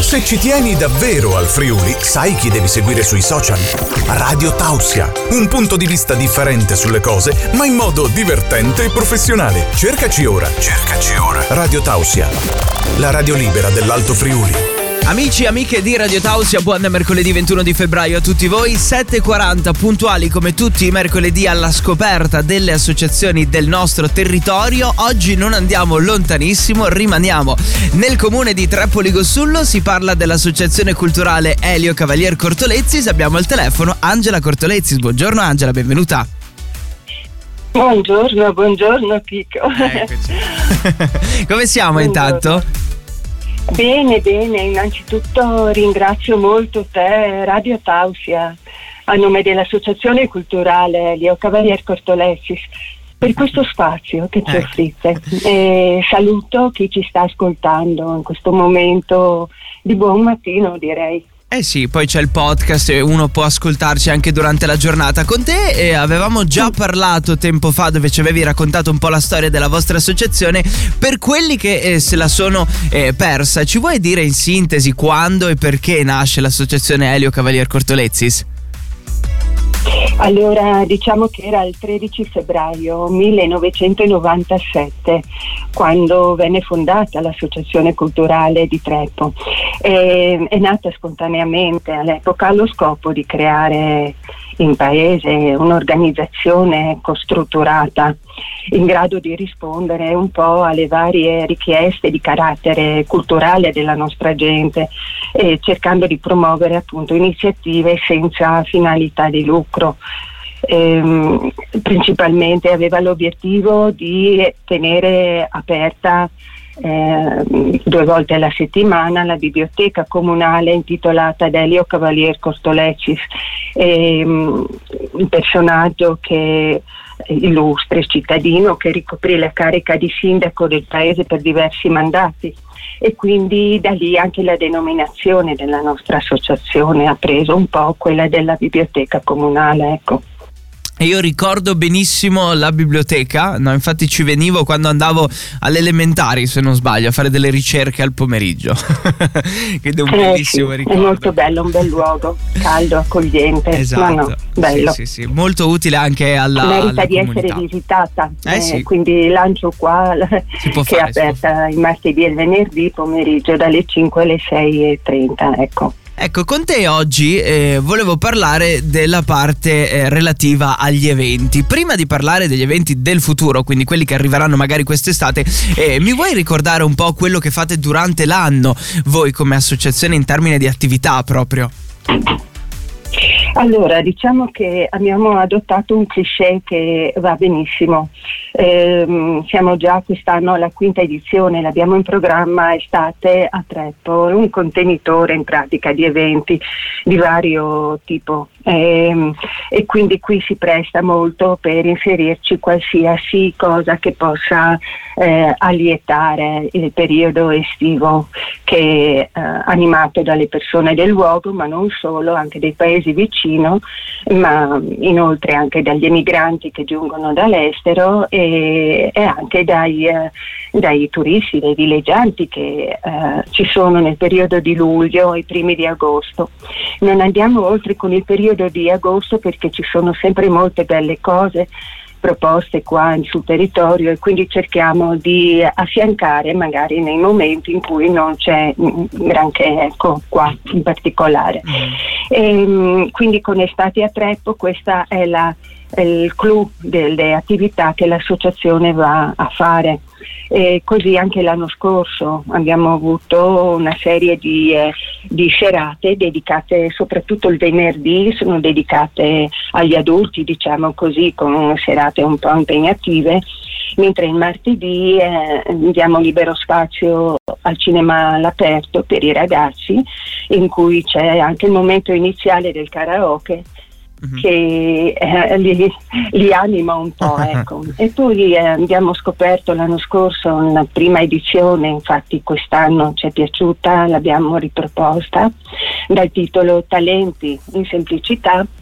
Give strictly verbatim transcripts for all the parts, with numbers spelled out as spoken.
Se ci tieni davvero al Friuli, sai chi devi seguire sui social? Radio Tausia, un punto di vista differente sulle cose, ma in modo divertente e professionale. Cercaci ora, cercaci ora. Radio Tausia, la radio libera dell'Alto Friuli. Amici e amiche di Radio Tausia, buon mercoledì ventuno di febbraio a tutti voi. Sette e quaranta puntuali come tutti i mercoledì alla scoperta delle associazioni del nostro territorio. Oggi non andiamo lontanissimo, rimaniamo nel comune di Trepoli Gossullo. Si parla dell'associazione culturale Elio Cavalier Cortolezzis. Abbiamo al telefono Angela Cortolezzis. Buongiorno Angela, benvenuta. Buongiorno, buongiorno Chico. Eccoci. Come siamo buongiorno. Intanto? Bene, bene, innanzitutto ringrazio molto te, Radio Tausia, a nome dell'Associazione Culturale Elio Cavalier Cortolezzis, per questo spazio che ci offrite. E saluto chi ci sta ascoltando in questo momento di buon mattino, direi. Eh sì, poi c'è il podcast e uno può ascoltarci anche durante la giornata. Con te eh, avevamo già parlato tempo fa, dove ci avevi raccontato un po' la storia della vostra associazione. Per quelli che eh, se la sono eh, persa, ci vuoi dire in sintesi quando e perché nasce l'associazione Elio Cavalier Cortolezzis? Allora, diciamo che era il tredici febbraio millenovecentonovantasette quando venne fondata l'Associazione Culturale di Treppo. E, è nata spontaneamente all'epoca allo scopo di creare in paese un'organizzazione costrutturata in grado di rispondere un po' alle varie richieste di carattere culturale della nostra gente, e cercando di promuovere appunto iniziative senza finalità di lucro. Ehm, principalmente aveva l'obiettivo di tenere aperta eh, due volte alla settimana la biblioteca comunale intitolata ad Elio Cavalier Cortolezzis, ehm, un personaggio che illustre cittadino che ricoprì la carica di sindaco del paese per diversi mandati, e quindi da lì anche la denominazione della nostra associazione ha preso un po' quella della biblioteca comunale, ecco. E io ricordo benissimo la biblioteca, no, infatti ci venivo quando andavo alle elementari, se non sbaglio, a fare delle ricerche al pomeriggio. Che è un eh, bellissimo sì, ricordo. È molto bello, un bel luogo, caldo, accogliente. Esatto, no, no, bello. Sì, sì, sì. Molto utile anche alla merita alla di comunità. Essere visitata, eh, eh, sì. Quindi lancio qua si può che fare, è aperta il martedì e il venerdì pomeriggio dalle cinque alle sei e trenta, ecco. Ecco, con te oggi eh, volevo parlare della parte eh, relativa agli eventi. Prima di parlare degli eventi del futuro, quindi quelli che arriveranno magari quest'estate, eh, mi vuoi ricordare un po' quello che fate durante l'anno voi come associazione in termini di attività proprio? Allora, diciamo che abbiamo adottato un cliché che va benissimo. Eh, siamo già quest'anno alla quinta edizione, l'abbiamo in programma estate a Treppo, un contenitore in pratica di eventi di vario tipo. Eh, e quindi qui si presta molto per inserirci qualsiasi cosa che possa eh, allietare il periodo estivo, che è eh, animato dalle persone del luogo, ma non solo, anche dei paesi vicino, ma inoltre anche dagli emigranti che giungono dall'estero e, e anche dai, eh, dai turisti, dai villeggianti che eh, ci sono nel periodo di luglio e i primi di agosto. Non andiamo oltre con il periodo di agosto perché ci sono sempre molte belle cose proposte qua sul territorio, e quindi cerchiamo di affiancare magari nei momenti in cui non c'è granché, ecco, qua in particolare. E, quindi con Estate a Treppo questa è la il clou delle attività che l'associazione va a fare. E così anche l'anno scorso abbiamo avuto una serie di, eh, di serate dedicate, soprattutto il venerdì sono dedicate agli adulti, diciamo così, con serate un po' impegnative, mentre il martedì eh, diamo libero spazio al cinema all'aperto per i ragazzi, in cui c'è anche il momento iniziale del karaoke, mm-hmm. che eh, li, li anima un po', ecco. E poi eh, abbiamo scoperto l'anno scorso una prima edizione, infatti quest'anno ci è piaciuta, l'abbiamo riproposta, dal titolo Talenti in semplicità,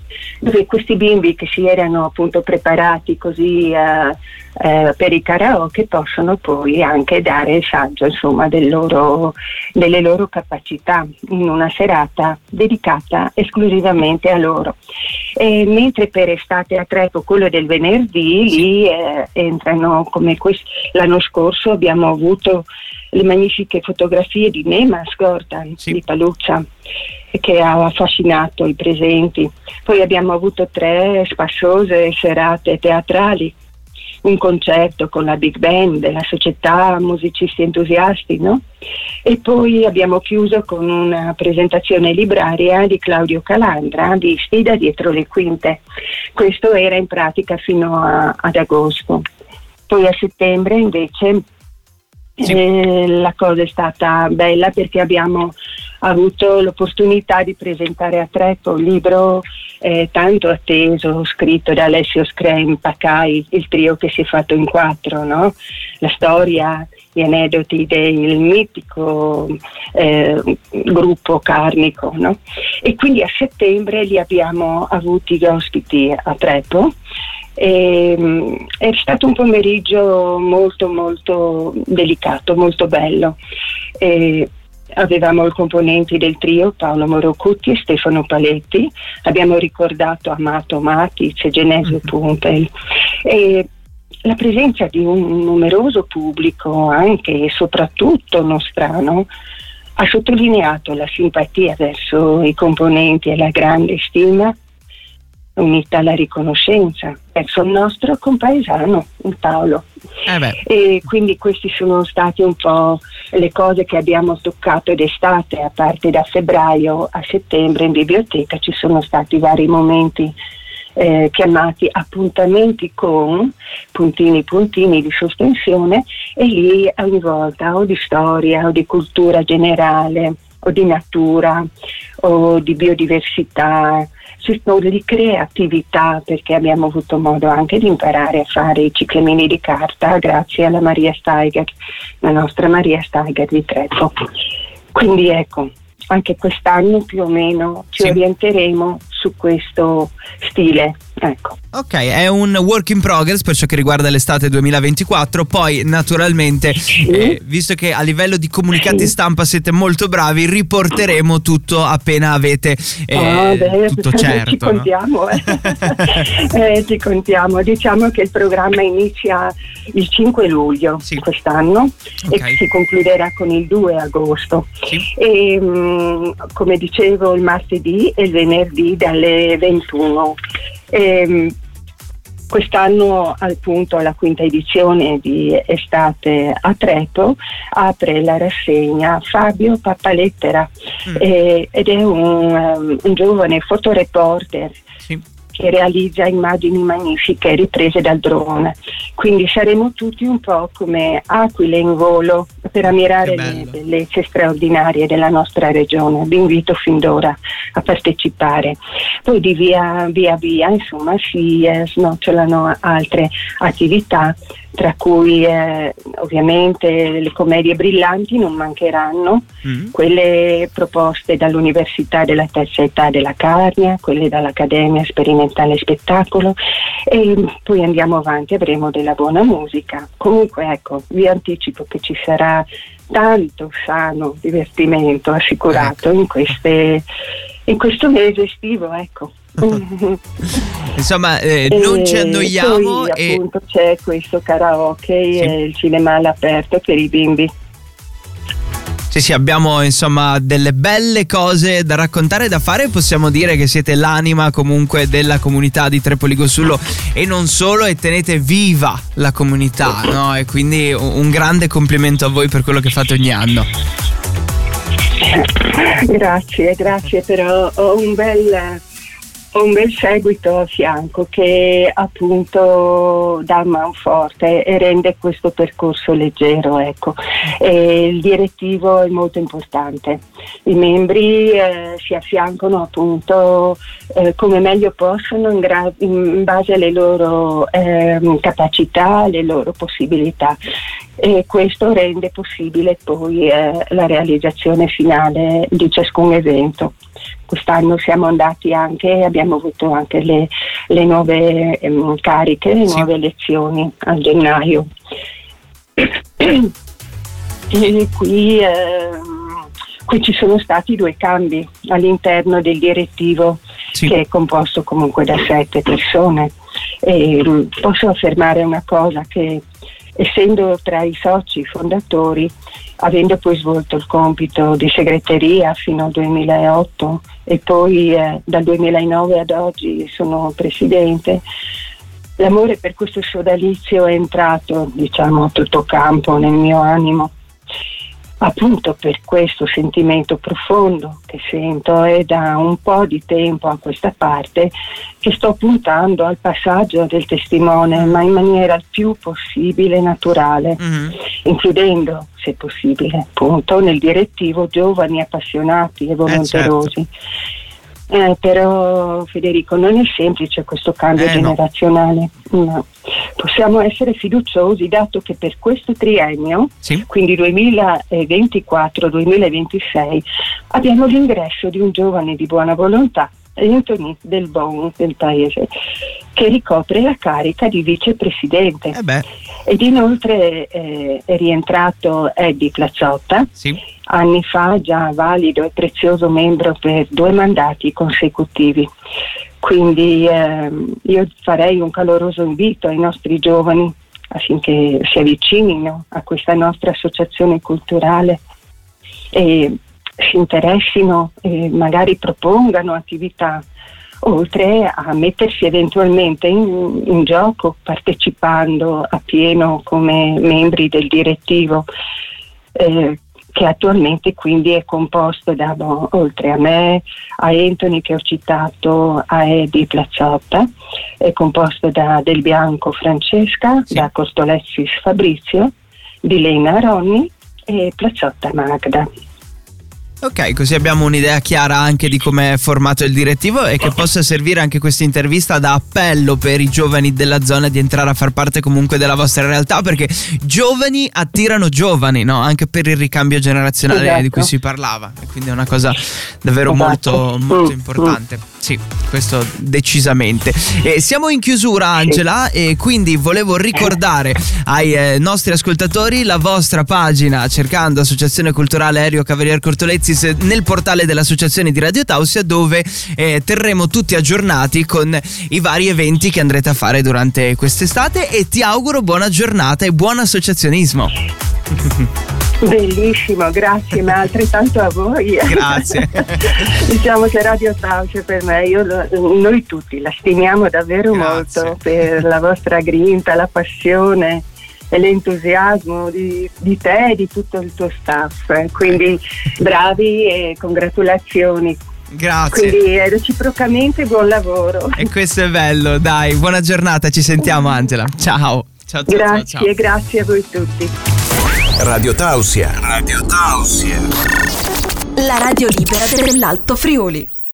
dove questi bimbi che si erano appunto preparati così eh, eh, per i karaoke possono poi anche dare il saggio, insomma, del loro, delle loro capacità in una serata dedicata esclusivamente a loro. E mentre per Estate a Treppo, quello del venerdì, lì eh, entrano come quest- l'anno scorso abbiamo avuto le magnifiche fotografie di Nemas Gordon, sì, di Paluccia, che ha affascinato i presenti. Poi abbiamo avuto tre spassose serate teatrali, un concerto con la Big Band della società musicisti entusiasti, no? E poi abbiamo chiuso con una presentazione libraria di Claudio Calandra di Sfida dietro le quinte. Questo era in pratica fino a, ad agosto. Poi a settembre invece sì. eh, la cosa è stata bella perché abbiamo avuto l'opportunità di presentare a Treppo un libro eh, tanto atteso, scritto da Alessio Screm Pacai, il trio che si è fatto in quattro, no? La storia, gli aneddoti del mitico eh, gruppo Carnico, no? E quindi a settembre li abbiamo avuti ospiti a Treppo. E, um, è stato un pomeriggio molto molto delicato, molto bello. E, avevamo i componenti del trio Paolo Morocutti e Stefano Paletti, abbiamo ricordato Amato Matic e Genesio Pumpel, e la presenza di un numeroso pubblico, anche e soprattutto nostrano, ha sottolineato la simpatia verso i componenti e la grande stima unita alla riconoscenza verso il nostro compaesano, il Paolo. Eh beh. E quindi questi sono stati un po' le cose che abbiamo toccato d'estate, a parte da febbraio a settembre in biblioteca ci sono stati vari momenti eh, chiamati appuntamenti con puntini puntini di sospensione, e lì ogni volta o di storia o di cultura generale o di natura o di biodiversità o di creatività, perché abbiamo avuto modo anche di imparare a fare i ciclamini di carta grazie alla Maria Steiger, la nostra Maria Steiger di Treppo. Quindi ecco, anche quest'anno più o meno ci sì. orienteremo su questo stile, ecco. Ok, è un work in progress per ciò che riguarda l'estate duemilaventiquattro. Poi naturalmente sì. eh, visto che a livello di comunicati sì. stampa siete molto bravi, riporteremo tutto appena avete eh, oh, beh, tutto certo. Ci contiamo, no? eh. eh, ci contiamo. Diciamo che il programma inizia il cinque luglio sì. quest'anno okay. e si concluderà con il due agosto. Sì. E mh, come dicevo, il martedì e il venerdì dalle ventuno. E, quest'anno appunto la quinta edizione di Estate a Treppo apre la rassegna Fabio Pappalettera mm. e, ed è un, um, un giovane fotoreporter sì. che realizza immagini magnifiche riprese dal drone, quindi saremo tutti un po' come aquile in volo per ammirare le bellezze straordinarie della nostra regione. Vi invito fin d'ora a partecipare. Poi di via via via insomma si eh, snocciolano altre attività, tra cui eh, ovviamente le commedie brillanti non mancheranno, mm. quelle proposte dall'Università della Terza Età della Carnia, quelle dall'Accademia Sperimentale Spettacolo, e poi andiamo avanti, avremo della buona musica. Comunque ecco, vi anticipo che ci sarà tanto sano divertimento assicurato in queste in questo mese estivo, ecco. Insomma, eh, non ci annoiamo. Poi, e appunto c'è questo karaoke sì. e il cinema all'aperto per i bimbi. Sì, sì, abbiamo insomma delle belle cose da raccontare e da fare. Possiamo dire che siete l'anima comunque della comunità di Treppo Liguosullo e non solo, e tenete viva la comunità, no? E quindi un grande complimento a voi per quello che fate ogni anno. Grazie, grazie, però ho un bel ho un bel seguito a fianco che appunto dà man forte e rende questo percorso leggero, ecco. E il direttivo è molto importante. I membri eh, si affiancano appunto eh, come meglio possono in, gra- in base alle loro eh, capacità, alle loro possibilità, e questo rende possibile poi eh, la realizzazione finale di ciascun evento. quest'anno siamo andati anche, abbiamo avuto anche le, le nuove ehm, cariche, le sì. nuove elezioni a gennaio. E qui, ehm, qui ci sono stati due cambi all'interno del direttivo, sì. che è composto comunque da sette persone. E mh, posso affermare una cosa, che essendo tra i soci fondatori, avendo poi svolto il compito di segreteria fino al duemilaotto e poi eh, dal duemilanove ad oggi sono presidente, l'amore per questo sodalizio è entrato, diciamo, a tutto campo nel mio animo, appunto per questo sentimento profondo che sento. È da un po' di tempo a questa parte che sto puntando al passaggio del testimone, ma in maniera il più possibile naturale, mm-hmm. includendo, se possibile, appunto, nel direttivo giovani appassionati e volonterosi. Eh, certo. Eh, però Federico, non è semplice questo cambio eh, generazionale. No. No. Possiamo essere fiduciosi, dato che per questo triennio, sì. quindi duemilaventiquattro duemilaventisei, abbiamo l'ingresso di un giovane di buona volontà, Anthony Del Bon del paese, che ricopre la carica di vicepresidente. Eh beh. Ed inoltre eh, è rientrato Eddie Placciotta, sì. anni fa già valido e prezioso membro per due mandati consecutivi. Quindi eh, io farei un caloroso invito ai nostri giovani affinché si avvicinino a questa nostra associazione culturale e si interessino e magari propongano attività, oltre a mettersi eventualmente in, in gioco partecipando appieno come membri del direttivo, eh, che attualmente quindi è composto da, no, oltre a me, a Anthony che ho citato, a Eddie Placciotta, è composto da Del Bianco Francesca, sì. da Costolessis Fabrizio, di Lena Ronny e Placciotta Magda. Ok, così abbiamo un'idea chiara anche di come è formato il direttivo e che possa servire anche questa intervista da appello per i giovani della zona di entrare a far parte comunque della vostra realtà, perché giovani attirano giovani, no? Anche per il ricambio generazionale, esatto. di cui si parlava, e quindi è una cosa davvero esatto. molto, molto importante. Sì, questo decisamente. E siamo in chiusura, Angela, e quindi volevo ricordare ai eh, nostri ascoltatori la vostra pagina, cercando Associazione Culturale Aereo Cavalier Cortolezzi nel portale dell'associazione di Radio Tausia, dove eh, terremo tutti aggiornati con i vari eventi che andrete a fare durante quest'estate, e ti auguro buona giornata e buon associazionismo. Bellissimo, grazie, ma altrettanto a voi. Grazie. Diciamo che Radio Tausia per me, io lo, noi tutti la stimiamo davvero grazie. molto per la vostra grinta, la passione e l'entusiasmo di, di te e di tutto il tuo staff, quindi bravi e congratulazioni. Grazie. Quindi reciprocamente buon lavoro. E questo è bello, dai, buona giornata, ci sentiamo Angela. Ciao. Ciao, ciao, grazie, ciao, ciao. Grazie a voi tutti. Radio Tausia. Radio Tausia. La radio libera dell'Alto Friuli.